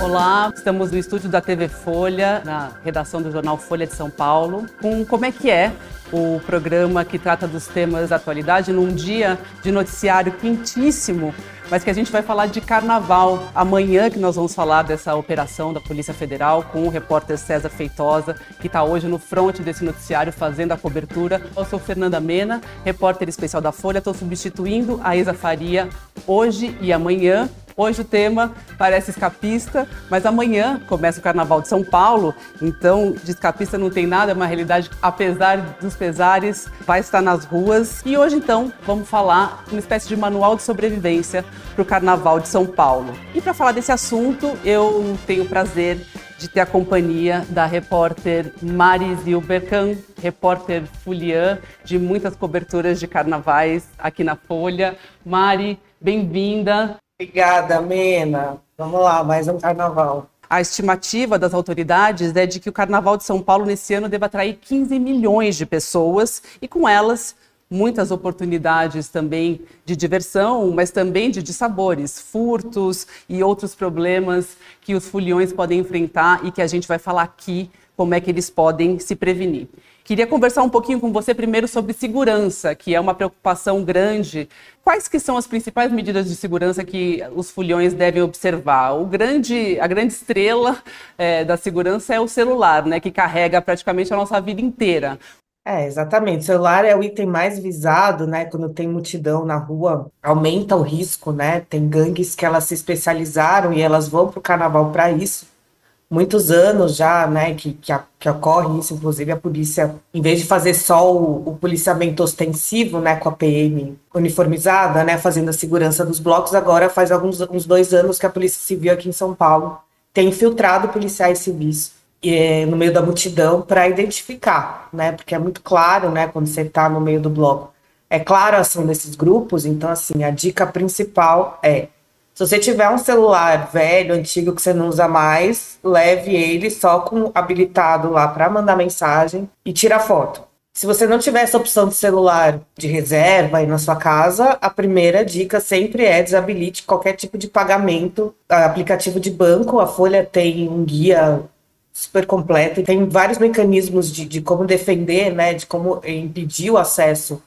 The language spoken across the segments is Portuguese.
Olá, estamos no estúdio da TV Folha, na redação do jornal Folha de São Paulo, com como é que é o programa que trata dos temas da atualidade num dia de noticiário quentíssimo, mas que a gente vai falar de carnaval. Amanhã que nós vamos falar dessa operação da Polícia Federal com o repórter César Feitosa, que está hoje no fronte desse noticiário fazendo a cobertura. Eu sou Fernanda Mena, repórter especial da Folha, estou substituindo a Isa Faria hoje e amanhã. Hoje o tema parece escapista, mas amanhã começa o Carnaval de São Paulo, então de escapista não tem nada, é uma realidade, apesar dos pesares, vai estar nas ruas. E hoje então vamos falar uma espécie de manual de sobrevivência para o Carnaval de São Paulo. E para falar desse assunto, eu tenho o prazer de ter a companhia da repórter Mari Zilberkan, repórter fuliã de muitas coberturas de carnavais aqui na Folha. Mari, bem-vinda. Obrigada, Mena. Vamos lá, mais um carnaval. A estimativa das autoridades é de que o Carnaval de São Paulo nesse ano deve atrair 15 milhões de pessoas e com elas muitas oportunidades também de diversão, mas também de dissabores, furtos e outros problemas que os foliões podem enfrentar e que a gente vai falar aqui como é que eles podem se prevenir. Queria conversar um pouquinho com você primeiro sobre segurança, que é uma preocupação grande. Quais que são as principais medidas de segurança que os foliões devem observar? A grande estrela da segurança é o celular, né, que carrega praticamente a nossa vida inteira. Exatamente. O celular é o item mais visado, né? Quando tem multidão na rua, aumenta o risco, né? Tem gangues que elas se especializaram e elas vão para o carnaval para isso. Muitos anos já, né, que ocorre isso, inclusive a polícia, em vez de fazer só o policiamento ostensivo, né, com a PM uniformizada, né, fazendo a segurança dos blocos, agora faz uns 2 anos que a Polícia Civil aqui em São Paulo tem infiltrado policiais civis no meio da multidão para identificar, né, porque é muito claro, né, quando você está no meio do bloco, é claro a ação desses grupos. Então, assim, a dica principal é: se você tiver um celular velho, antigo, que você não usa mais, leve ele só com habilitado lá para mandar mensagem e tira foto. Se você não tiver essa opção de celular de reserva aí na sua casa, a primeira dica sempre é desabilite qualquer tipo de pagamento, aplicativo de banco. A Folha tem um guia super completo e tem vários mecanismos de como defender, né, de como impedir o acesso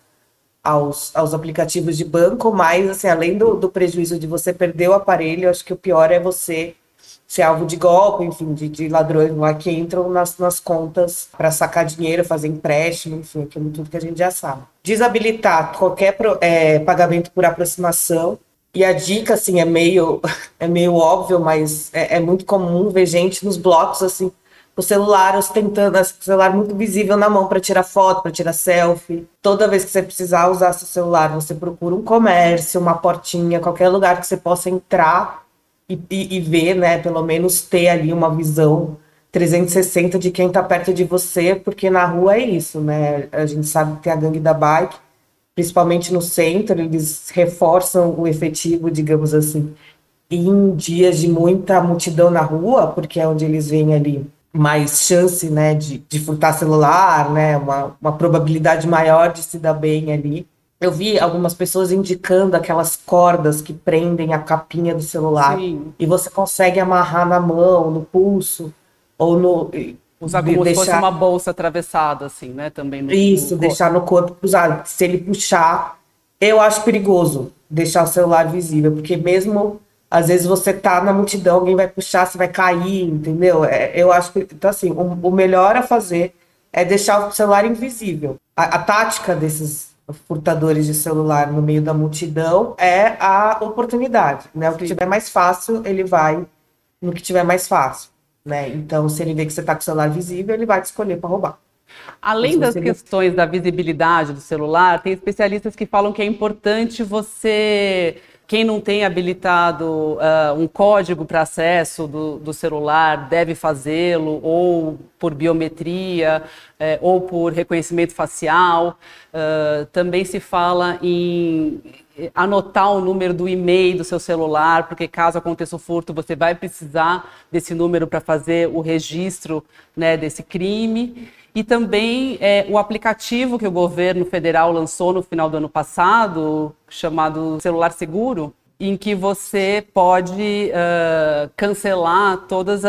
aos aplicativos de banco, mas assim, além do prejuízo de você perder o aparelho, eu acho que o pior é você ser alvo de golpe, enfim, de ladrões lá que entram nas contas para sacar dinheiro, fazer empréstimo, enfim, aquilo tudo que a gente já sabe. Desabilitar qualquer pagamento por aproximação. E a dica, assim, é meio óbvio, mas é muito comum ver gente nos blocos, assim, o celular ostentando, o celular muito visível na mão para tirar foto, para tirar selfie. Toda vez que você precisar usar seu celular, você procura um comércio, uma portinha, qualquer lugar que você possa entrar e ver, né, pelo menos ter ali uma visão 360 de quem está perto de você, porque na rua é isso, né? A gente sabe que tem a gangue da bike, principalmente no centro, eles reforçam o efetivo, digamos assim, em dias de muita multidão na rua, porque é onde eles veem ali mais chance, né, de furtar celular, né, uma probabilidade maior de se dar bem ali. Eu vi algumas pessoas indicando aquelas cordas que prendem a capinha do celular. Sim. E você consegue amarrar na mão, no pulso, ou no... Usar como se fosse uma bolsa atravessada, assim, né, também. Deixar no corpo usar. Se ele puxar, eu acho perigoso deixar o celular visível, porque mesmo... Às vezes você tá na multidão, alguém vai puxar, você vai cair, entendeu? Eu acho que, então assim, o melhor a fazer é deixar o celular invisível. A tática desses furtadores de celular no meio da multidão é a oportunidade, né? O que tiver mais fácil, ele vai no que tiver mais fácil, né? Então, se ele vê que você tá com o celular visível, ele vai te escolher para roubar. Além das questões da visibilidade do celular, tem especialistas que falam que é importante quem não tem habilitado um código para acesso do celular deve fazê-lo, ou por biometria, ou por reconhecimento facial. Também se fala em anotar o número do e-mail do seu celular, porque caso aconteça o furto, você vai precisar desse número para fazer o registro, né, desse crime. E também o aplicativo que o governo federal lançou no final do ano passado, chamado Celular Seguro, em que você pode cancelar todas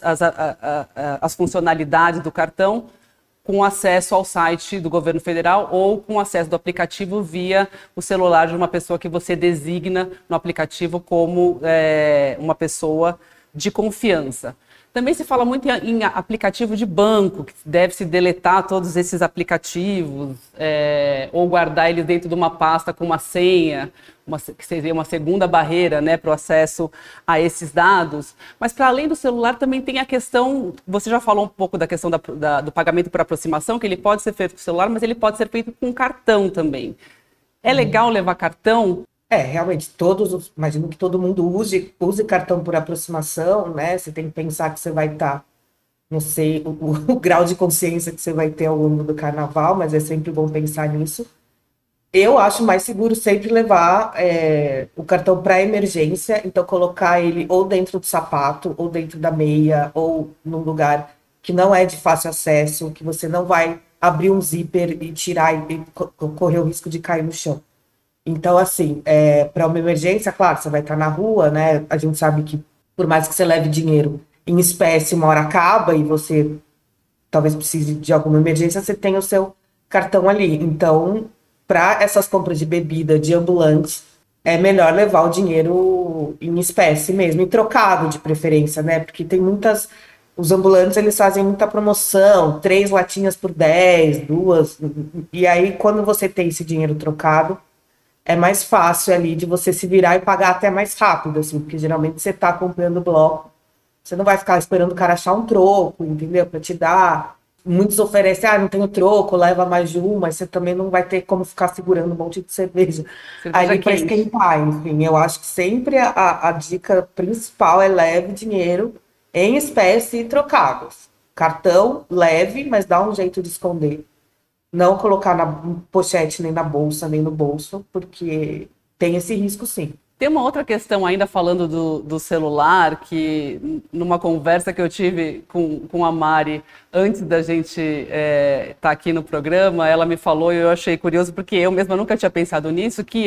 as funcionalidades do cartão com acesso ao site do governo federal ou com acesso do aplicativo via o celular de uma pessoa que você designa no aplicativo como uma pessoa de confiança. Também se fala muito em aplicativo de banco, que deve-se deletar todos esses aplicativos ou guardar eles dentro de uma pasta com uma senha, que seria uma segunda barreira, né, para o acesso a esses dados. Mas, para além do celular, também tem a questão, você já falou um pouco da questão do pagamento por aproximação, que ele pode ser feito com o celular, mas ele pode ser feito com cartão também. É legal levar cartão? Realmente, imagino que todo mundo use cartão por aproximação, né? Você tem que pensar que você vai estar, não sei, o grau de consciência que você vai ter ao longo do carnaval, mas é sempre bom pensar nisso. Eu acho mais seguro sempre levar o cartão para emergência, então colocar ele ou dentro do sapato, ou dentro da meia, ou num lugar que não é de fácil acesso, que você não vai abrir um zíper e tirar e correr o risco de cair no chão. Então, assim, para uma emergência, claro, você vai estar na rua, né? A gente sabe que, por mais que você leve dinheiro em espécie, uma hora acaba e você talvez precise de alguma emergência, você tem o seu cartão ali. Então, para essas compras de bebida de ambulantes, é melhor levar o dinheiro em espécie mesmo, em trocado de preferência, né? Porque tem os ambulantes, eles fazem muita promoção, 3 latinhas por 10, 2, e aí quando você tem esse dinheiro trocado, é mais fácil ali de você se virar e pagar até mais rápido, assim, porque geralmente você está acompanhando o bloco, você não vai ficar esperando o cara achar um troco, entendeu? Para te dar. Muitos oferecem, não tenho troco, leva mais de uma, mas você também não vai ter como ficar segurando um monte de cerveja ali para esquentar, enfim. Eu acho que sempre a dica principal é leve dinheiro em espécie e trocados. Cartão, leve, mas dá um jeito de esconder. Não colocar na pochete, nem na bolsa, nem no bolso, porque tem esse risco, sim. Tem uma outra questão ainda falando do celular, que numa conversa que eu tive com a Mari antes da gente estar aqui no programa, ela me falou e eu achei curioso, porque eu mesma nunca tinha pensado nisso, que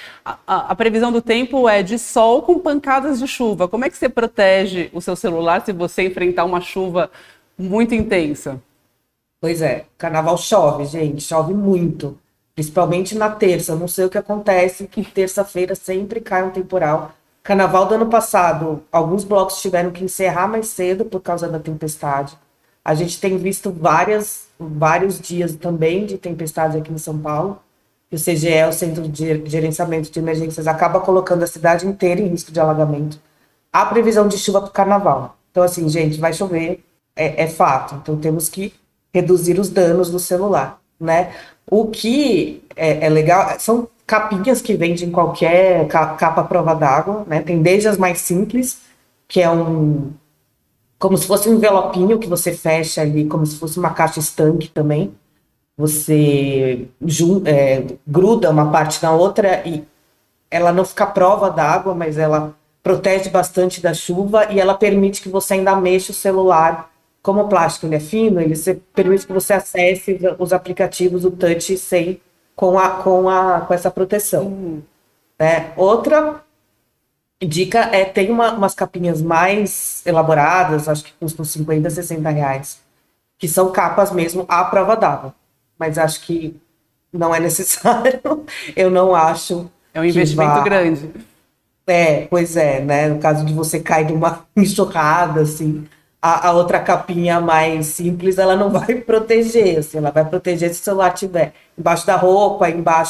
a previsão do tempo é de sol com pancadas de chuva. Como é que você protege o seu celular se você enfrentar uma chuva muito intensa? Pois é, carnaval chove, gente, chove muito, principalmente na terça. Eu não sei o que acontece, que terça-feira sempre cai um temporal. Carnaval do ano passado, alguns blocos tiveram que encerrar mais cedo por causa da tempestade. A gente tem visto vários dias também de tempestade aqui em São Paulo. O CGE, o Centro de Gerenciamento de Emergências, acaba colocando a cidade inteira em risco de alagamento. Há previsão de chuva para o carnaval. Então, assim, gente, vai chover, é fato. Então, temos que reduzir os danos do celular, né? O que é legal são capinhas que vendem em qualquer capa prova d'água, né? Tem desde as mais simples, que é como se fosse um envelopinho que você fecha ali, como se fosse uma caixa estanque também. Você gruda uma parte na outra e ela não fica prova d'água, mas ela protege bastante da chuva e ela permite que você ainda mexa o celular. Como o plástico ele é fino, ele permite que você acesse os aplicativos, o touch, com essa proteção. Né? Outra dica tem umas capinhas mais elaboradas, acho que custam 50, 60 reais, que são capas mesmo à prova d'água. Mas acho que não é necessário, eu não acho. É um investimento grande. Pois é, né? No caso de você cair de uma enxurrada, assim. A outra capinha mais simples, ela não vai proteger, assim, ela vai proteger se o celular estiver embaixo da roupa,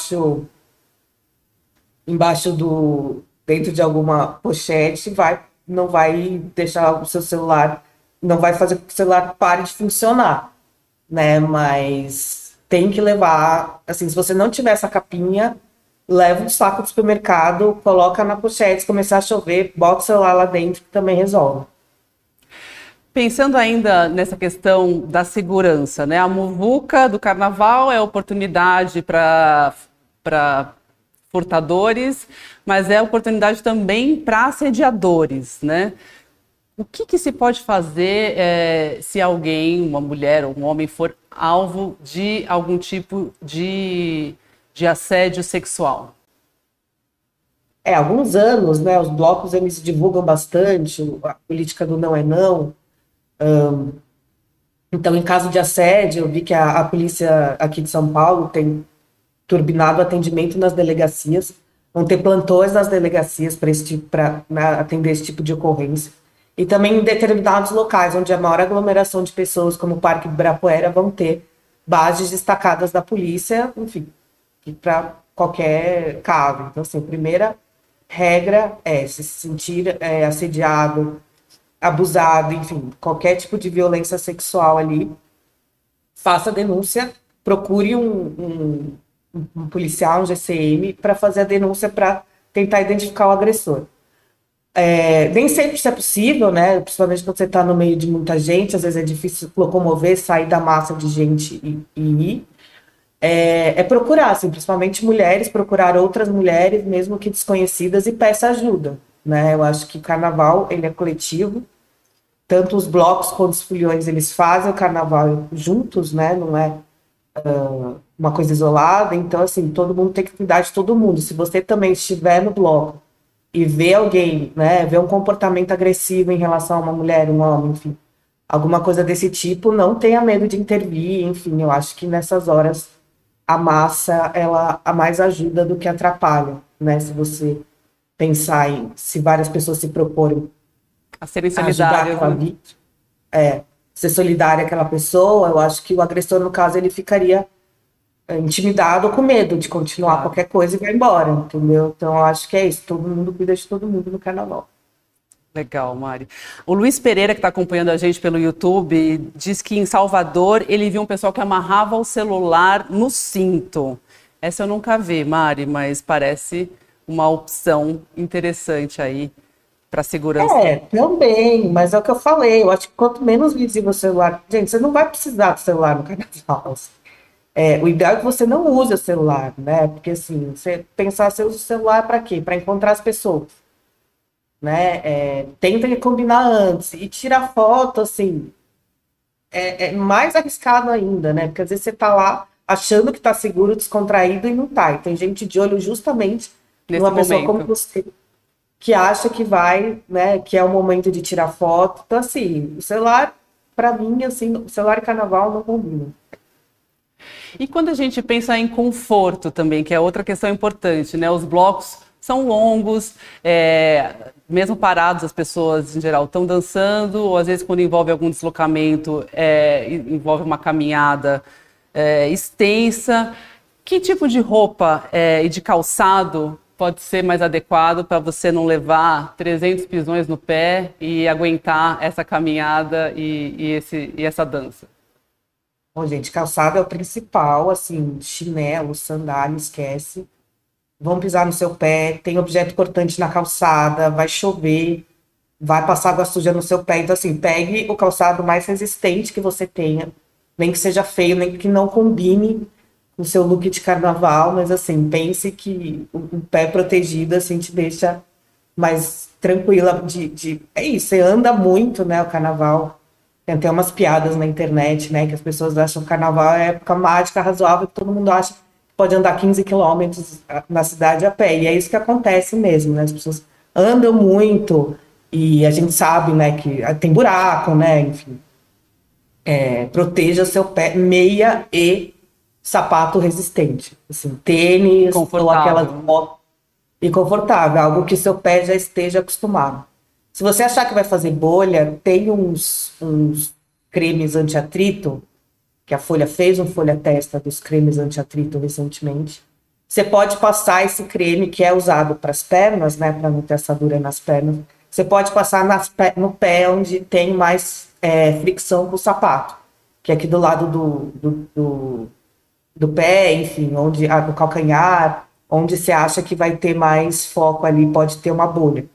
dentro de alguma pochete, não vai deixar o seu celular, não vai fazer com que o celular pare de funcionar, né? Mas tem que levar, assim, se você não tiver essa capinha, leva um saco do supermercado, coloca na pochete, se começar a chover, bota o celular lá dentro que também resolve. Pensando ainda nessa questão da segurança, né? A muvuca do carnaval é oportunidade para furtadores, mas é oportunidade também para assediadores, né? O que se pode fazer se alguém, uma mulher ou um homem, for alvo de algum tipo de assédio sexual? há alguns anos, né, os blocos eles divulgam bastante a política do não é não. Então, em caso de assédio, eu vi que a polícia aqui de São Paulo tem turbinado o atendimento nas delegacias, vão ter plantões nas delegacias para atender esse tipo de ocorrência. E também em determinados locais, onde há maior aglomeração de pessoas, como o Parque Ibirapuera, vão ter bases destacadas da polícia, enfim, para qualquer caso. Então, assim, a primeira regra é se sentir assediado, abusado, enfim, qualquer tipo de violência sexual ali, faça a denúncia, procure um policial, um GCM, para fazer a denúncia para tentar identificar o agressor. Nem sempre isso é possível, né? Principalmente quando você está no meio de muita gente, às vezes é difícil locomover, sair da massa de gente e ir. Procurar, assim, principalmente mulheres, procurar outras mulheres, mesmo que desconhecidas, e peça ajuda, né? Eu acho que o carnaval, ele é coletivo, tanto os blocos quanto os foliões, eles fazem o carnaval juntos, né? Não é uma coisa isolada, então, assim, todo mundo tem que cuidar de todo mundo. Se você também estiver no bloco e vê alguém, né, vê um comportamento agressivo em relação a uma mulher, um homem, enfim, alguma coisa desse tipo, não tenha medo de intervir, enfim, eu acho que nessas horas a massa, ela a mais ajuda do que atrapalha, né? Se você pensar em se várias pessoas se proporem A serem a ajudar solidárias, aquela né? vítima, ser solidária àquela pessoa, eu acho que o agressor, no caso, ele ficaria intimidado ou com medo de continuar Claro. qualquer coisa e vai embora, entendeu? Então, eu acho que é isso, todo mundo cuida de todo mundo no carnaval. Legal, Mari. O Luiz Pereira, que está acompanhando a gente pelo YouTube, diz que em Salvador ele viu um pessoal que amarrava o celular no cinto. Essa eu nunca vi, Mari, mas parece uma opção interessante aí para segurança. Também, mas é o que eu falei, eu acho que quanto menos visível o celular... Gente, você não vai precisar do celular no carnaval. Assim. O ideal é que você não use o celular, né? Porque, assim, você pensar, você usa o celular para quê? Para encontrar as pessoas, né? Tenta combinar antes. E tirar foto, assim, é mais arriscado ainda, né? Porque às vezes você tá lá achando que tá seguro, descontraído e não tá. E tem gente de olho justamente Nesse numa pessoa como momento. você, que acha que vai, né, que é o momento de tirar foto. Então, assim, o celular, para mim, assim, o celular e carnaval não combinam. E quando a gente pensa em conforto também, que é outra questão importante, né? Os blocos são longos, mesmo parados, as pessoas em geral estão dançando, ou às vezes quando envolve algum deslocamento, envolve uma caminhada extensa. Que tipo de roupa e de calçado pode ser mais adequado para você não levar 300 pisões no pé e aguentar essa caminhada e essa dança? Bom, gente, calçado é o principal, assim, chinelo, sandália, esquece. Vão pisar no seu pé, tem objeto cortante na calçada, vai chover, vai passar água suja no seu pé. Então, assim, pegue o calçado mais resistente que você tenha, nem que seja feio, nem que não combine com o seu look de carnaval, mas, assim, pense que o pé protegido, assim, te deixa mais tranquila É isso, você anda muito, né, o carnaval. Tem até umas piadas na internet, né, que as pessoas acham que o carnaval é época mágica, razoável, que todo mundo acha que pode andar 15 quilômetros na cidade a pé. E é isso que acontece mesmo, né? As pessoas andam muito e a gente sabe, né, que tem buraco, né, enfim. Proteja seu pé, meia e sapato resistente. Assim, tênis ou aquelas Confortável. botas e confortável, algo que seu pé já esteja acostumado. Se você achar que vai fazer bolha, tem uns cremes anti-atrito, que a Folha fez um Folha Testa dos cremes anti-atrito recentemente. Você pode passar esse creme que é usado para as pernas, né, para não ter assadura nas pernas. Você pode passar no pé onde tem mais fricção com o sapato, que é aqui do lado do pé, enfim, onde do calcanhar, onde você acha que vai ter mais foco ali, pode ter uma bolha.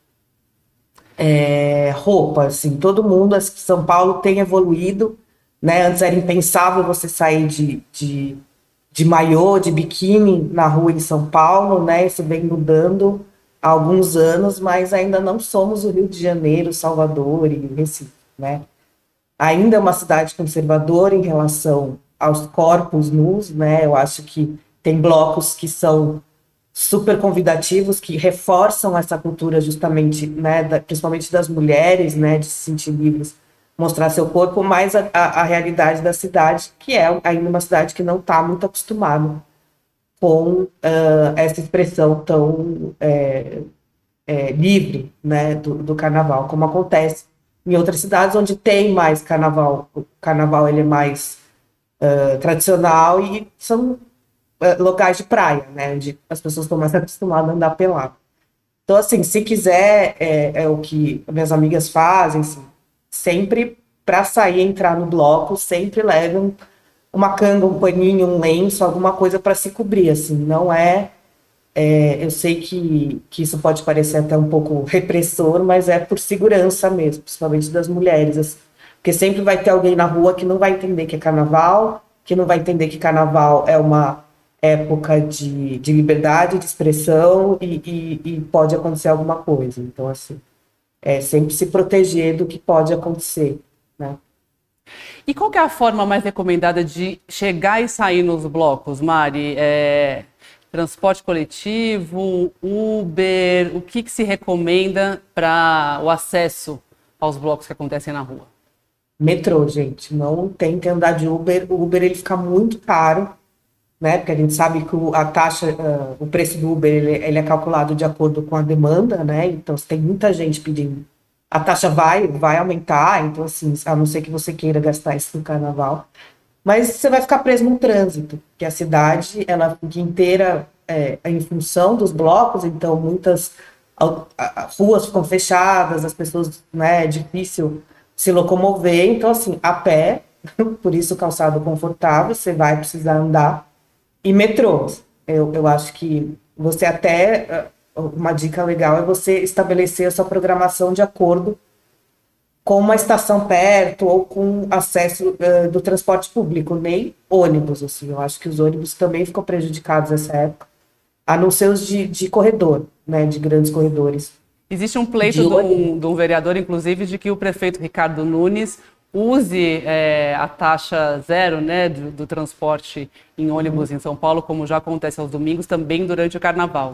Roupa, assim, todo mundo, São Paulo tem evoluído, né? Antes era impensável você sair de maiô, de biquíni na rua em São Paulo, né? Isso vem mudando há alguns anos, mas ainda não somos o Rio de Janeiro, Salvador e Recife, né? Ainda é uma cidade conservadora em relação aos corpos nus, né? Eu acho que tem blocos que são super convidativos que reforçam essa cultura justamente, né, principalmente das mulheres, né, de se sentir livres, mostrar seu corpo, mas a realidade da cidade, que é ainda uma cidade que não está muito acostumada com essa expressão tão livre, né, do carnaval, como acontece em outras cidades onde tem mais carnaval. O carnaval ele é mais tradicional e são locais de praia, né, onde as pessoas estão mais acostumadas a andar pelado. Então, assim, se quiser, é o que minhas amigas fazem, assim, sempre para sair, entrar no bloco, sempre levem uma canga, um paninho, um lenço, alguma coisa para se cobrir, assim, não eu sei que isso pode parecer até um pouco repressor, mas é por segurança mesmo, principalmente das mulheres, assim, porque sempre vai ter alguém na rua que não vai entender que é carnaval, que não vai entender que carnaval é uma época de liberdade de expressão e pode acontecer alguma coisa. Então, assim, sempre se proteger do que pode acontecer, né? E qual que é a forma mais recomendada de chegar e sair nos blocos, Mari? Transporte coletivo, Uber, o que se recomenda para o acesso aos blocos que acontecem na rua? Metrô, gente, não tem que andar de Uber. O Uber ele fica muito caro, né? Porque a gente sabe que a taxa, o preço do Uber ele é calculado de acordo com a demanda, né? Então, se tem muita gente pedindo, a taxa vai aumentar. Então, assim, a não ser que você queira gastar isso no carnaval, mas você vai ficar preso no trânsito, porque a cidade ela fica inteira em função dos blocos, então muitas ruas ficam fechadas, as pessoas, né, é difícil se locomover, então assim, a pé, por isso o calçado confortável, você vai precisar andar, e metrôs. Eu acho que você até, uma dica legal é você estabelecer a sua programação de acordo com uma estação perto ou com acesso do transporte público, nem ônibus, assim. Eu acho que os ônibus também ficam prejudicados nessa época, a não ser os de corredor, né, de grandes corredores. Existe um pleito de um vereador, inclusive, de que o prefeito Ricardo Nunes use a taxa zero, né, do transporte em ônibus em São Paulo, como já acontece aos domingos, também durante o carnaval.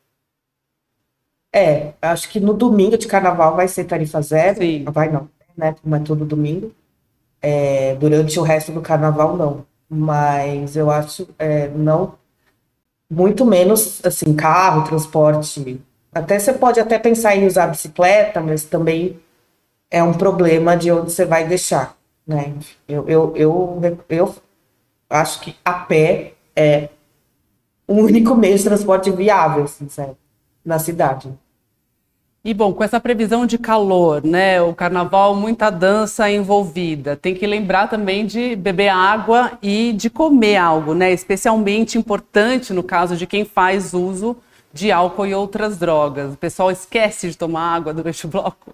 Acho que no domingo de carnaval vai ser tarifa zero. Sim. Vai não, né? Não é todo domingo. Durante o resto do carnaval, não. Mas eu acho, não, muito menos, assim, carro, transporte. Até você pode até pensar em usar bicicleta, mas também é um problema de onde você vai deixar, né? Eu acho que a pé é o único meio de transporte viável, assim, sabe? Na cidade. E bom, com essa previsão de calor, né, o carnaval, muita dança envolvida. Tem que lembrar também de beber água e de comer algo, né? Especialmente importante no caso de quem faz uso de álcool e outras drogas. O pessoal esquece de tomar água durante o bloco.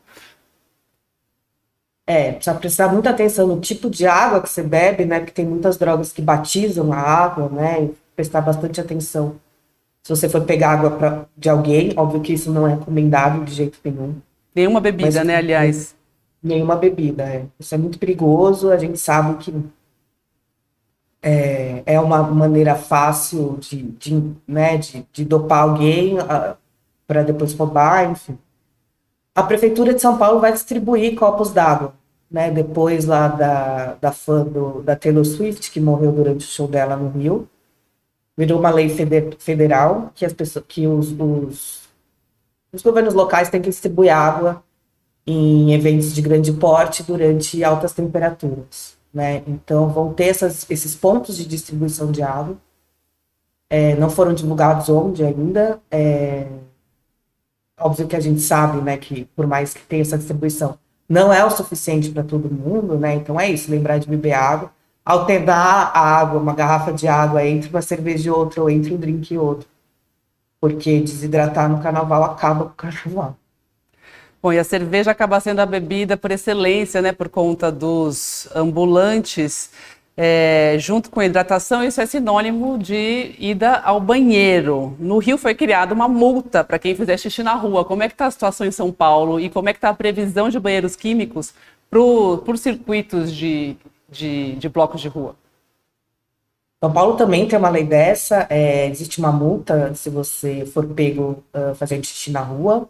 Precisa prestar muita atenção no tipo de água que você bebe, né? Porque tem muitas drogas que batizam a água, né? E prestar bastante atenção. Se você for pegar água de alguém, óbvio que isso não é recomendável de jeito nenhum. Nenhuma bebida, né, aliás? Nenhuma bebida, Isso é muito perigoso, a gente sabe que é uma maneira fácil de dopar alguém para depois roubar, enfim. A Prefeitura de São Paulo vai distribuir copos d'água, né? Depois lá da fã da Taylor Swift, que morreu durante o show dela no Rio. Virou uma lei federal que os governos locais têm que distribuir água em eventos de grande porte durante altas temperaturas, né? Então vão ter esses pontos de distribuição de água. Não foram divulgados onde ainda. Óbvio que a gente sabe, né, que por mais que tenha essa distribuição, não é o suficiente para todo mundo, né? Então é isso, lembrar de beber água. Alternar a água, uma garrafa de água entre uma cerveja e outra, ou entre um drink e outro. Porque desidratar no carnaval acaba com o carnaval. Bom, e a cerveja acaba sendo a bebida por excelência, né, por conta dos ambulantes. Junto com a hidratação, isso é sinônimo de ida ao banheiro. No Rio foi criada uma multa para quem fizer xixi na rua. Como é que está a situação em São Paulo e como é que está a previsão de banheiros químicos por circuitos de blocos de rua? São Paulo também tem uma lei dessa, existe uma multa se você for pego fazendo xixi na rua.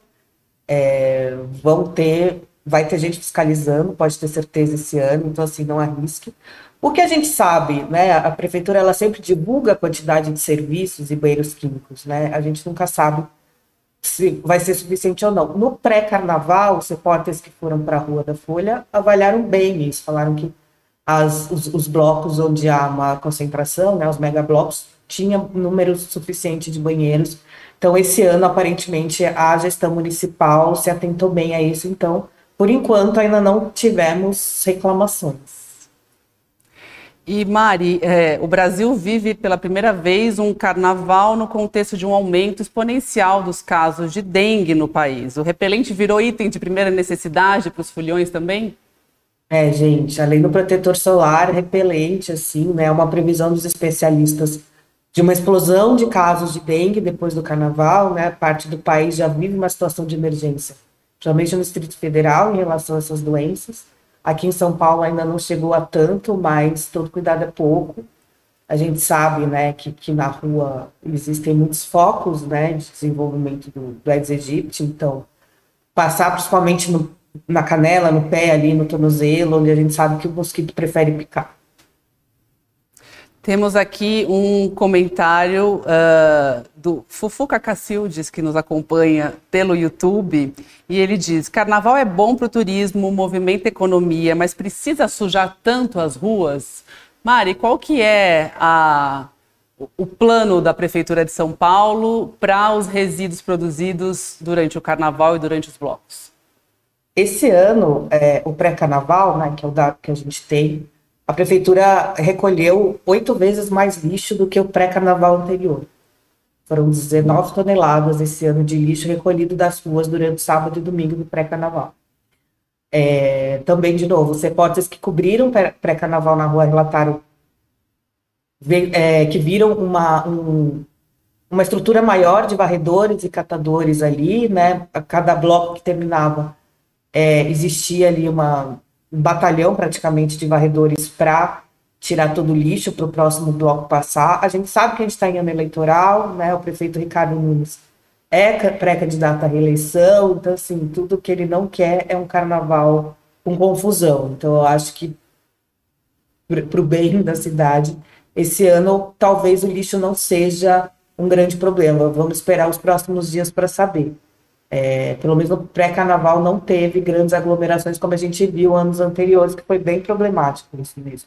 Vai ter gente fiscalizando, pode ter certeza esse ano, então assim, não arrisque. O que a gente sabe, né, a prefeitura ela sempre divulga a quantidade de serviços e banheiros químicos, né, a gente nunca sabe se vai ser suficiente ou não. No pré-carnaval, os repórteres que foram para a Rua da Folha avaliaram bem isso, falaram que os blocos onde há uma concentração, né, os megablocos, tinha número suficiente de banheiros. Então, esse ano, aparentemente, a gestão municipal se atentou bem a isso. Então, por enquanto, ainda não tivemos reclamações. E Mari, o Brasil vive pela primeira vez um carnaval no contexto de um aumento exponencial dos casos de dengue no país. O repelente virou item de primeira necessidade para os foliões também? Gente, além do protetor solar, repelente, assim, né, uma previsão dos especialistas de uma explosão de casos de dengue depois do carnaval, né, parte do país já vive uma situação de emergência, principalmente no Distrito Federal, em relação a essas doenças. Aqui em São Paulo ainda não chegou a tanto, mas todo cuidado é pouco. A gente sabe, né, que na rua existem muitos focos, né, de desenvolvimento do Aedes aegypti, então passar principalmente na canela, no pé ali, no tornozelo, onde a gente sabe que o mosquito prefere picar. Temos aqui um comentário do Fufuca Cacildes, que nos acompanha pelo YouTube, e ele diz: carnaval é bom para o turismo, movimenta a economia, mas precisa sujar tanto as ruas? Mari, qual que é o plano da Prefeitura de São Paulo para os resíduos produzidos durante o carnaval e durante os blocos? Esse ano, o pré-carnaval, né, que é o dado que a gente tem, a prefeitura recolheu 8 vezes mais lixo do que o pré-carnaval anterior. Foram 19 toneladas esse ano de lixo recolhido das ruas durante sábado e domingo do pré-carnaval. Também, de novo, os repórteres que cobriram pré-carnaval na rua relataram que viram uma estrutura maior de varredores e catadores ali, né? A cada bloco que terminava, existia ali um batalhão praticamente de varredores para tirar todo o lixo para o próximo bloco passar. A gente sabe que a gente está em ano eleitoral, né? O prefeito Ricardo Nunes é pré-candidato à reeleição, então, assim, tudo que ele não quer é um carnaval com confusão. Então, eu acho que, para o bem da cidade, esse ano, talvez o lixo não seja um grande problema. Vamos esperar os próximos dias para saber. Pelo menos no pré-carnaval não teve grandes aglomerações, como a gente viu anos anteriores, que foi bem problemático isso mesmo.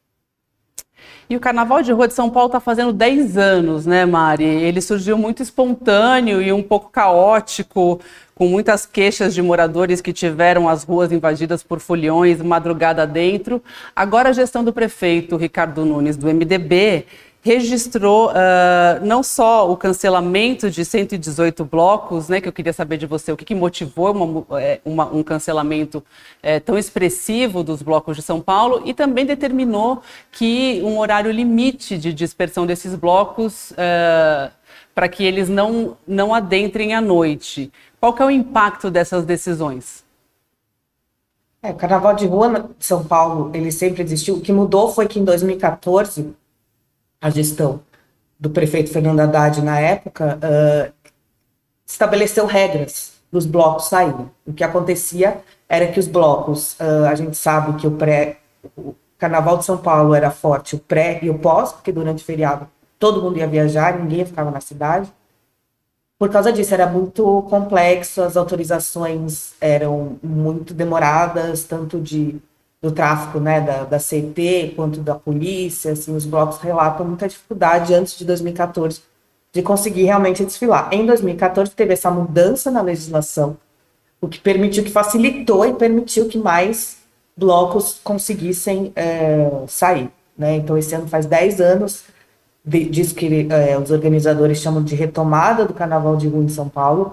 E o Carnaval de Rua de São Paulo está fazendo 10 anos, né, Mari? Ele surgiu muito espontâneo e um pouco caótico, com muitas queixas de moradores que tiveram as ruas invadidas por foliões, madrugada dentro. Agora a gestão do prefeito Ricardo Nunes, do MDB, registrou não só o cancelamento de 118 blocos, né, que eu queria saber de você, o que motivou um cancelamento tão expressivo dos blocos de São Paulo, e também determinou que um horário limite de dispersão desses blocos para que eles não adentrem à noite. Qual que é o impacto dessas decisões? O Carnaval de Rua de São Paulo, ele sempre existiu. O que mudou foi que em 2014, a gestão do prefeito Fernando Haddad, na época, estabeleceu regras dos blocos saírem. O que acontecia era que os blocos, a gente sabe que o Carnaval de São Paulo era forte, o pré e o pós, porque durante o feriado todo mundo ia viajar, ninguém ficava na cidade. Por causa disso, era muito complexo, as autorizações eram muito demoradas, tanto do tráfico, né, da CET, quanto da polícia. Assim, os blocos relatam muita dificuldade antes de 2014 de conseguir realmente desfilar. Em 2014 teve essa mudança na legislação, o que permitiu, que facilitou e permitiu que mais blocos conseguissem sair, né? Então esse ano faz 10 anos, diz que os organizadores chamam de retomada do Carnaval de Rua em São Paulo.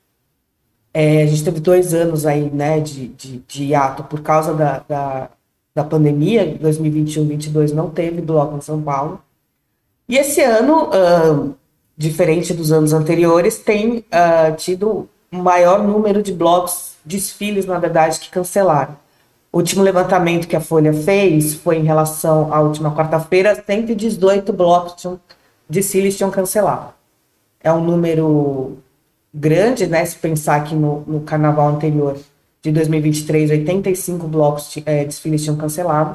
A gente teve 2 anos aí, né, de hiato por causa da pandemia. 2021, 2022 não teve bloco em São Paulo. E esse ano, diferente dos anos anteriores, tem tido um maior número de blocos, desfiles, na verdade, que cancelaram. O último levantamento que a Folha fez foi em relação à última quarta-feira, 118 blocos de desfiles tinham cancelado. É um número grande, né? Se pensar que no carnaval anterior de 2023, 85 blocos desfiles tinham cancelado.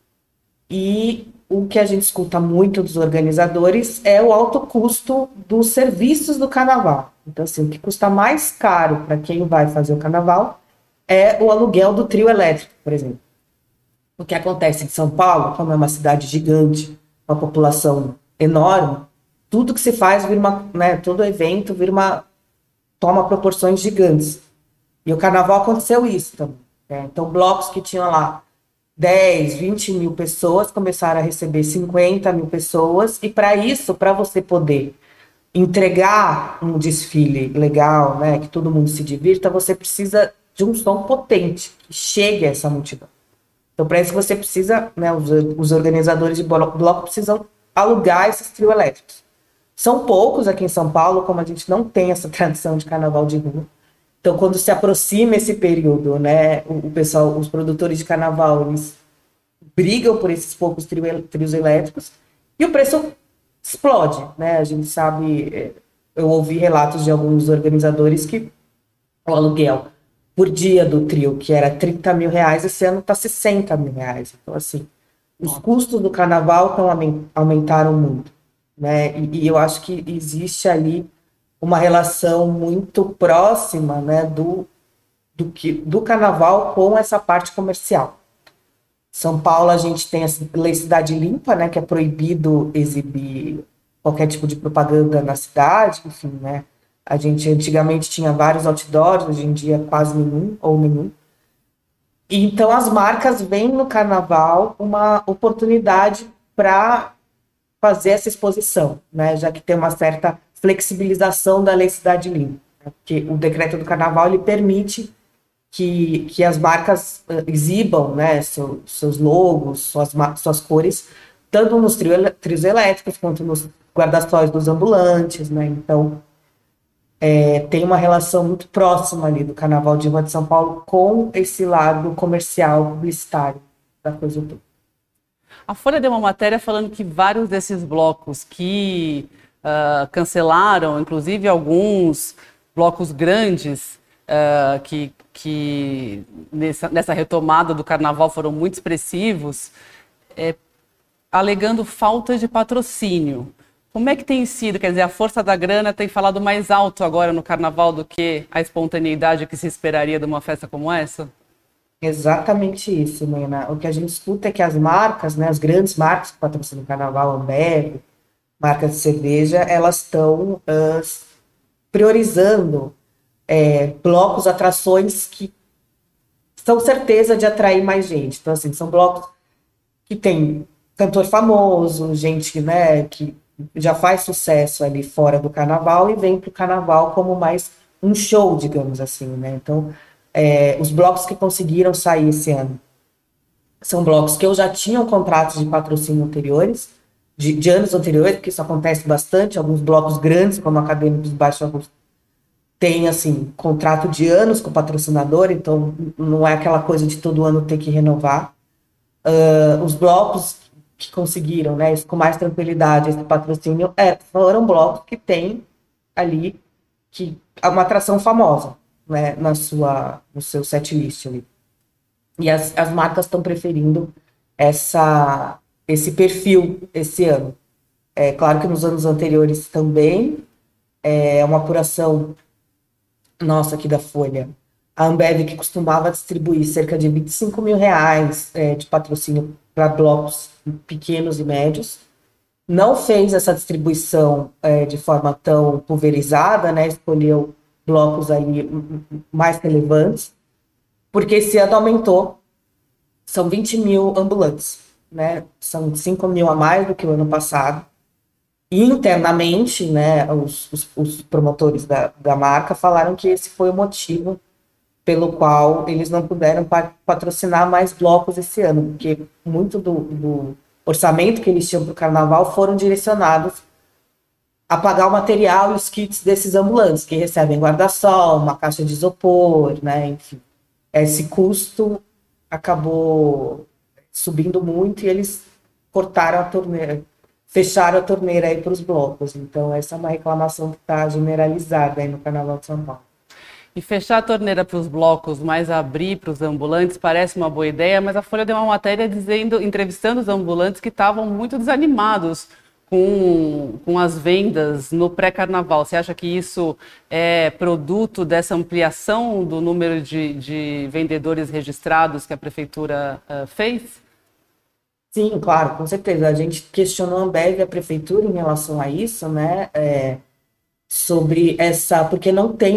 E o que a gente escuta muito dos organizadores é o alto custo dos serviços do carnaval. Então, assim, o que custa mais caro para quem vai fazer o carnaval é o aluguel do trio elétrico, por exemplo. O que acontece em São Paulo, como é uma cidade gigante, uma população enorme, tudo que se faz vira uma, né, todo evento toma proporções gigantes. E o carnaval aconteceu isso também. Né? Então, blocos que tinham lá 10, 20 mil pessoas começaram a receber 50 mil pessoas, e para isso, para você poder entregar um desfile legal, né, que todo mundo se divirta, você precisa de um som potente, que chegue a essa multidão. Então, para isso você precisa, né, os organizadores de bloco precisam alugar esses trio elétricos. São poucos aqui em São Paulo, como a gente não tem essa tradição de carnaval de rua. Então, quando se aproxima esse período, né, o pessoal, os produtores de carnaval, eles brigam por esses poucos trios elétricos e o preço explode, né? A gente sabe, eu ouvi relatos de alguns organizadores que o aluguel por dia do trio, que era 30 mil reais, esse ano está 60 mil reais. Então, assim, os custos do carnaval aumentaram muito, né? E eu acho que existe ali uma relação muito próxima, né, do carnaval com essa parte comercial. São Paulo, a gente tem a Lei Cidade Limpa, né, que é proibido exibir qualquer tipo de propaganda na cidade, enfim, né? A gente antigamente tinha vários outdoors, hoje em dia quase nenhum, ou nenhum. E então as marcas veem no carnaval uma oportunidade para fazer essa exposição, né? Já que tem uma certa flexibilização da Lei Cidade Limpa, né? Porque o decreto do carnaval ele permite que as marcas exibam, né, seus logos, suas cores, tanto nos trios elétricos quanto nos guarda-sóis dos ambulantes, né? Então, tem uma relação muito próxima ali do Carnaval de Rua de São Paulo com esse lado comercial, publicitário da coisa toda. A Folha deu uma matéria falando que vários desses blocos que cancelaram, inclusive alguns blocos grandes, que nessa retomada do carnaval foram muito expressivos, alegando falta de patrocínio. Como é que tem sido? Quer dizer, a força da grana tem falado mais alto agora no carnaval do que a espontaneidade que se esperaria de uma festa como essa? Exatamente isso, Nena. O que a gente escuta é que as marcas, né, as grandes marcas que patrocinam o carnaval, Ambev, marcas de cerveja, elas estão priorizando blocos, atrações que são certeza de atrair mais gente. Então, assim, são blocos que tem cantor famoso, gente, né, que já faz sucesso ali fora do carnaval e vem para o carnaval como mais um show, digamos assim, né? Então, os blocos que conseguiram sair esse ano são blocos que eu já tinham contratos de patrocínio anteriores, de anos anteriores, porque isso acontece bastante, alguns blocos grandes, como Acadêmicos de Baixo Augusto, tem, assim, contrato de anos com o patrocinador, então não é aquela coisa de todo ano ter que renovar. Os blocos que conseguiram, né, com mais tranquilidade esse patrocínio, foram blocos que têm ali uma atração famosa, né, no seu setlist ali. E as marcas estão preferindo esse perfil esse ano. É claro que nos anos anteriores também, é uma apuração nossa aqui da Folha. A Ambev, que costumava distribuir cerca de 25 mil reais de patrocínio para blocos pequenos e médios, não fez essa distribuição de forma tão pulverizada, né? Escolheu blocos ali mais relevantes, porque esse ano aumentou, são 20 mil ambulantes, né? São 5 mil a mais do que o ano passado. E internamente, né, os promotores da marca falaram que esse foi o motivo pelo qual eles não puderam patrocinar mais blocos esse ano, porque muito do orçamento que eles tinham para o carnaval foram direcionados a pagar o material e os kits desses ambulantes, que recebem guarda-sol, uma caixa de isopor, né, enfim. Esse custo acabou subindo muito e eles cortaram a torneira, fecharam a torneira aí para os blocos. Então, essa é uma reclamação que está generalizada aí no Carnaval de São Paulo. E fechar a torneira para os blocos, mas abrir para os ambulantes, parece uma boa ideia, mas a Folha deu uma matéria entrevistando os ambulantes que estavam muito desanimados com as vendas no pré-carnaval. Você acha que isso é produto dessa ampliação do número de vendedores registrados que a prefeitura fez? Sim, claro, com certeza. A gente questionou a Ambev e a prefeitura em relação a isso, né? Sobre essa, porque não tem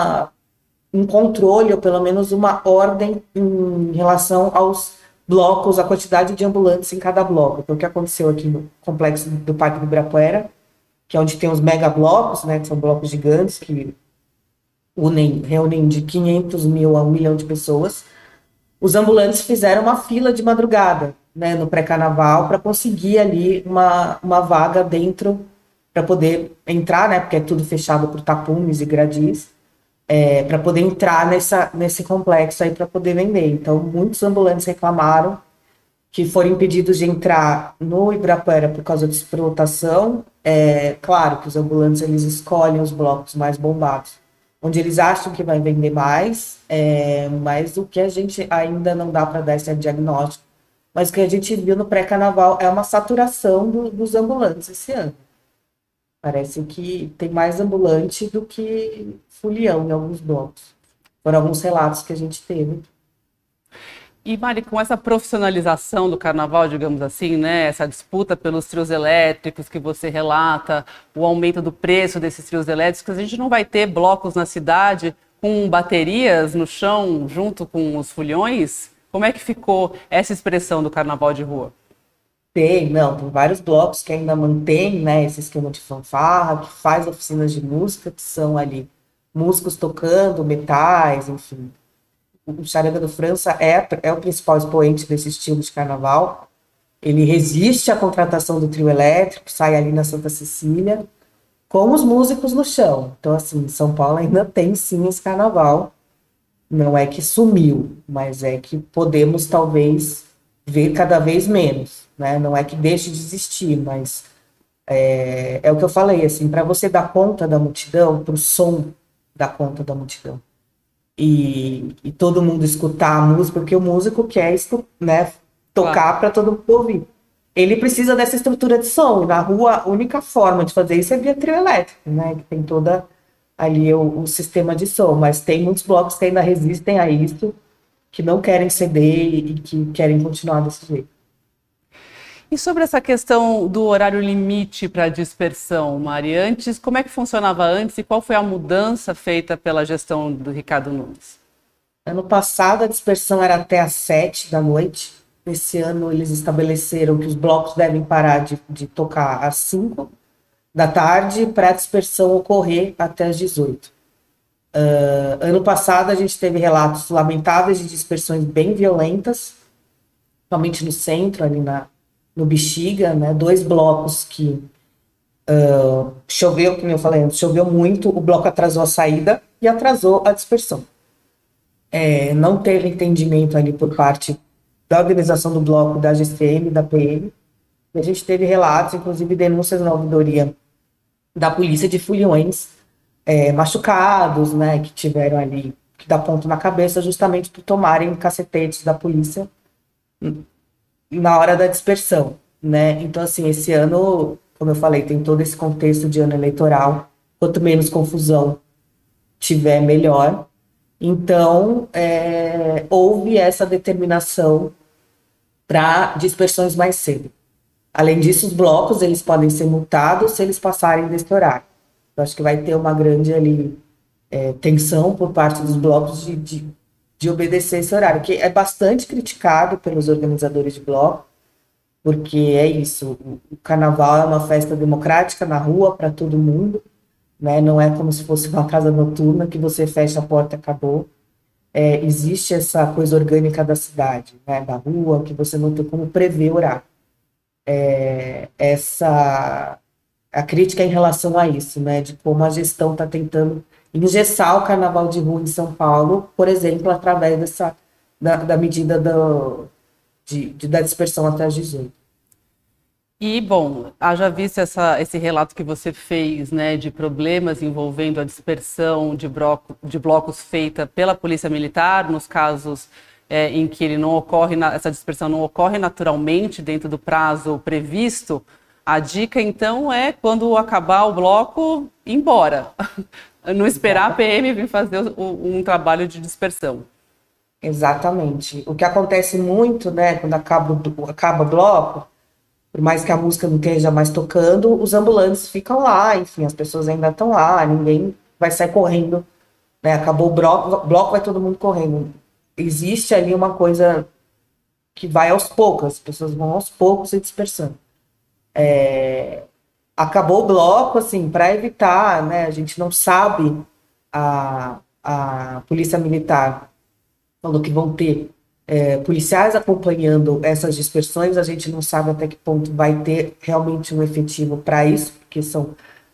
um controle, ou pelo menos uma ordem em relação aos blocos, a quantidade de ambulantes em cada bloco. Então, o que aconteceu aqui no complexo do Parque do Ibirapuera, que é onde tem os mega blocos, né, que são blocos gigantes que reúnem de 500 mil a 1 milhão de pessoas. Os ambulantes fizeram uma fila de madrugada, né, no pré-carnaval, para conseguir ali uma vaga dentro, para poder entrar, né, porque é tudo fechado por tapumes e gradis, para poder entrar nesse complexo aí para poder vender. Então, muitos ambulantes reclamaram que foram impedidos de entrar no Ibirapuera por causa de superlotação. Claro que os ambulantes eles escolhem os blocos mais bombados, onde eles acham que vai vender mais, mas o que a gente ainda não dá para dar esse diagnóstico, mas o que a gente viu no pré-carnaval é uma saturação dos ambulantes esse ano. Parece que tem mais ambulante do que folião em alguns blocos. Foram alguns relatos que a gente teve. E, Mari, com essa profissionalização do carnaval, digamos assim, né, essa disputa pelos trios elétricos que você relata, o aumento do preço desses trios elétricos, a gente não vai ter blocos na cidade com baterias no chão junto com os foliões? Como é que ficou essa expressão do carnaval de rua? Tem vários blocos que ainda mantêm, né, esse esquema de fanfarra, que faz oficinas de música, que são ali músicos tocando, metais, enfim. O Charanga do França é o principal expoente desse estilo de carnaval. Ele resiste à contratação do trio elétrico, sai ali na Santa Cecília, com os músicos no chão. Então, assim, São Paulo ainda tem sim esse carnaval. Não é que sumiu, mas é que podemos talvez ver cada vez menos, né? Não é que deixe de existir, mas é o que eu falei, assim, para você dar conta da multidão, para o som dar conta da multidão. E todo mundo escutar a música, porque o músico quer, né, tocar para todo mundo ouvir. Ele precisa dessa estrutura de som. Na rua, a única forma de fazer isso é via trio elétrico, né, que tem toda ali o sistema de som, mas tem muitos blocos que ainda resistem a isso, que não querem ceder e que querem continuar desse jeito. E sobre essa questão do horário limite para dispersão, Mari, como é que funcionava antes e qual foi a mudança feita pela gestão do Ricardo Nunes? Ano passado a dispersão era até às 7 da noite. Esse ano eles estabeleceram que os blocos devem parar de tocar às 5 da tarde para a dispersão ocorrer até às 18. Ano passado a gente teve relatos lamentáveis de dispersões bem violentas, principalmente no centro, ali no Bexiga, né? 2 blocos que choveu, como eu falei antes, choveu muito, o bloco atrasou a saída e atrasou a dispersão. Não teve entendimento ali por parte da organização do bloco, da GCM, da PM. E a gente teve relatos, inclusive denúncias na ouvidoria da polícia de foliões machucados, né, que tiveram ali que dar ponto na cabeça justamente por tomarem cacetetes da polícia na hora da dispersão, né? Então, assim, esse ano, como eu falei, tem todo esse contexto de ano eleitoral. Quanto menos confusão tiver, melhor. Então, houve essa determinação para dispersões mais cedo. Além disso, os blocos eles podem ser multados se eles passarem desse horário. Eu acho que vai ter uma grande ali, tensão por parte dos blocos de obedecer esse horário, que é bastante criticado pelos organizadores de bloco, porque é isso, o carnaval é uma festa democrática na rua para todo mundo, né? Não é como se fosse uma casa noturna que você fecha a porta e acabou. Existe essa coisa orgânica da cidade, né? Da rua, que você não tem como prever o horário. A crítica em relação a isso, né? De como a gestão está tentando engessar o carnaval de rua em São Paulo, por exemplo, através da medida da dispersão até as 18. E, bom, haja visto esse relato que você fez, né, de problemas envolvendo a dispersão de blocos feita pela Polícia Militar, nos casos em que ele não ocorre, essa dispersão não ocorre naturalmente dentro do prazo previsto, a dica, então, é quando acabar o bloco, ir embora. Não esperar a PM vir fazer um trabalho de dispersão. Exatamente. O que acontece muito, né, quando acaba o bloco, por mais que a música não esteja mais tocando, os ambulantes ficam lá, enfim, as pessoas ainda estão lá, ninguém vai sair correndo, né? Acabou o bloco vai todo mundo correndo. Existe ali uma coisa que vai aos poucos, as pessoas vão aos poucos se dispersando. Acabou o bloco, assim, para evitar, né? A gente não sabe, a Polícia Militar falou que vão ter policiais acompanhando essas dispersões, a gente não sabe até que ponto vai ter realmente um efetivo para isso, porque são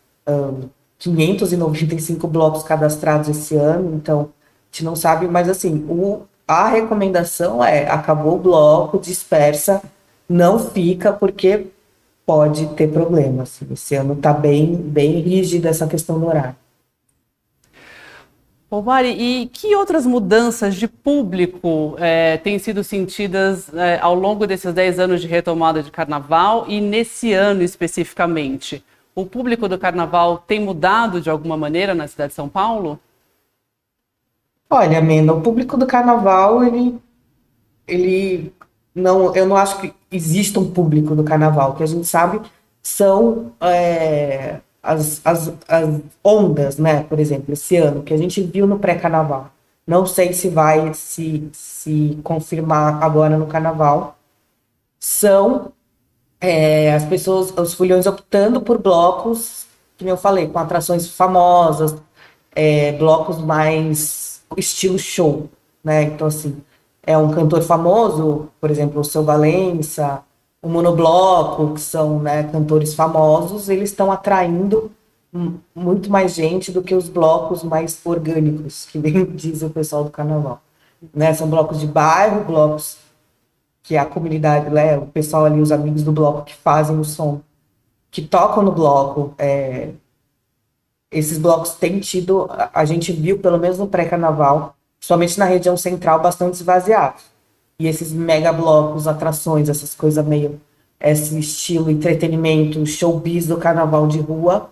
595 blocos cadastrados esse ano, então a gente não sabe, mas assim, a recomendação acabou o bloco, dispersa, não fica, porque pode ter problema. Assim, esse ano está bem rígida essa questão do horário. Ô Mari, e que outras mudanças de público têm sido sentidas ao longo desses 10 anos de retomada de carnaval e nesse ano especificamente? O público do carnaval tem mudado de alguma maneira na cidade de São Paulo? Olha, Amanda, o público do carnaval, ele não, eu não acho que exista um público do carnaval. O que a gente sabe são as ondas, né? Por exemplo, esse ano, que a gente viu no pré-carnaval. Não sei se vai se confirmar agora no carnaval. São as pessoas, os foliões optando por blocos, como eu falei, com atrações famosas, blocos mais estilo show, né? Então, assim, é um cantor famoso, por exemplo, o Seu Valença, o Monobloco, que são, né, cantores famosos, eles estão atraindo muito mais gente do que os blocos mais orgânicos, que nem diz o pessoal do carnaval. Né? São blocos de bairro, blocos que a comunidade, né, o pessoal ali, os amigos do bloco que fazem o som, que tocam no bloco. Esses blocos têm tido, a gente viu, pelo menos no pré-carnaval, somente na região central, bastante esvaziados. E esses mega blocos, atrações, essas coisas meio, esse estilo entretenimento, showbiz do carnaval de rua,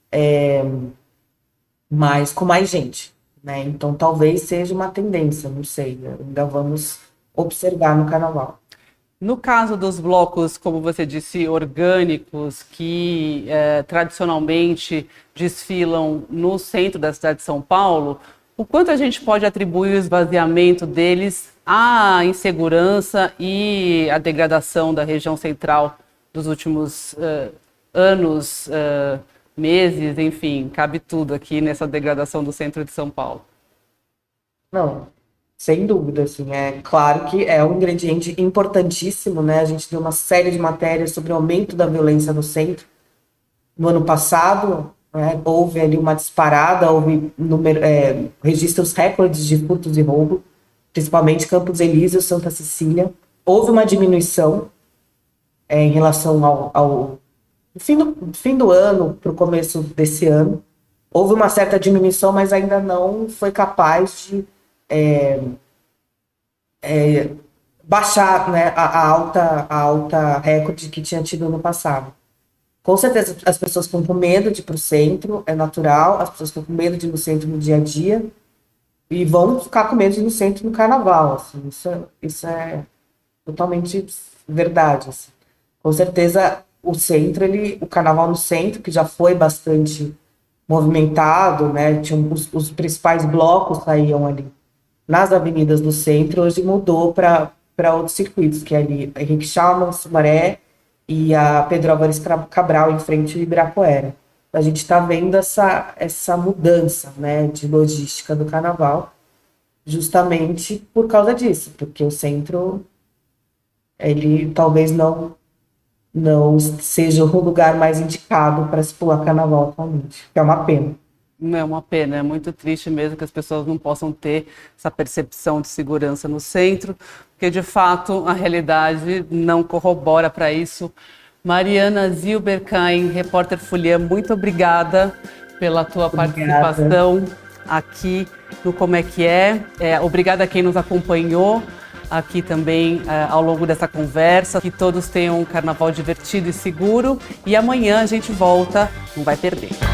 mas com mais gente, né? Então talvez seja uma tendência, não sei, ainda vamos observar no carnaval. No caso dos blocos, como você disse, orgânicos, que tradicionalmente desfilam no centro da cidade de São Paulo, o quanto a gente pode atribuir o esvaziamento deles à insegurança e à degradação da região central dos últimos anos, meses, enfim, cabe tudo aqui nessa degradação do centro de São Paulo? Não, sem dúvida, assim, é claro que é um ingrediente importantíssimo, né? A gente deu uma série de matérias sobre o aumento da violência no centro. No ano passado, né, houve ali uma disparada, houve registros recordes de furtos e roubo, principalmente Campos Elíseos, Santa Cecília. Houve uma diminuição em relação ao fim do ano para o começo desse ano. Houve uma certa diminuição, mas ainda não foi capaz de baixar, né, a alta recorde que tinha tido no passado. Com certeza as pessoas ficam com medo de ir para o centro, é natural, as pessoas ficam com medo de ir no centro no dia a dia e vão ficar com medo de ir no centro no carnaval. Assim, isso é totalmente verdade. Assim. Com certeza o centro, o carnaval no centro, que já foi bastante movimentado, né? Tinha os principais blocos saíam ali nas avenidas do centro, hoje mudou para outros circuitos, que é ali Henrique Schaumann, Sumaré e a Pedro Álvares Cabral, em frente ao Ibirapuera. A gente está vendo essa mudança, né, de logística do carnaval, justamente por causa disso, porque o centro, ele talvez não seja o lugar mais indicado para se pular carnaval atualmente, que é uma pena. É uma pena, é muito triste mesmo que as pessoas não possam ter essa percepção de segurança no centro, porque de fato a realidade não corrobora para isso. Mariana Zilberkain, repórter Folia, muito obrigada pela tua participação aqui no Como é que é. Obrigada a quem nos acompanhou aqui também ao longo dessa conversa. Que todos tenham um carnaval divertido e seguro. E amanhã a gente volta, não vai perder.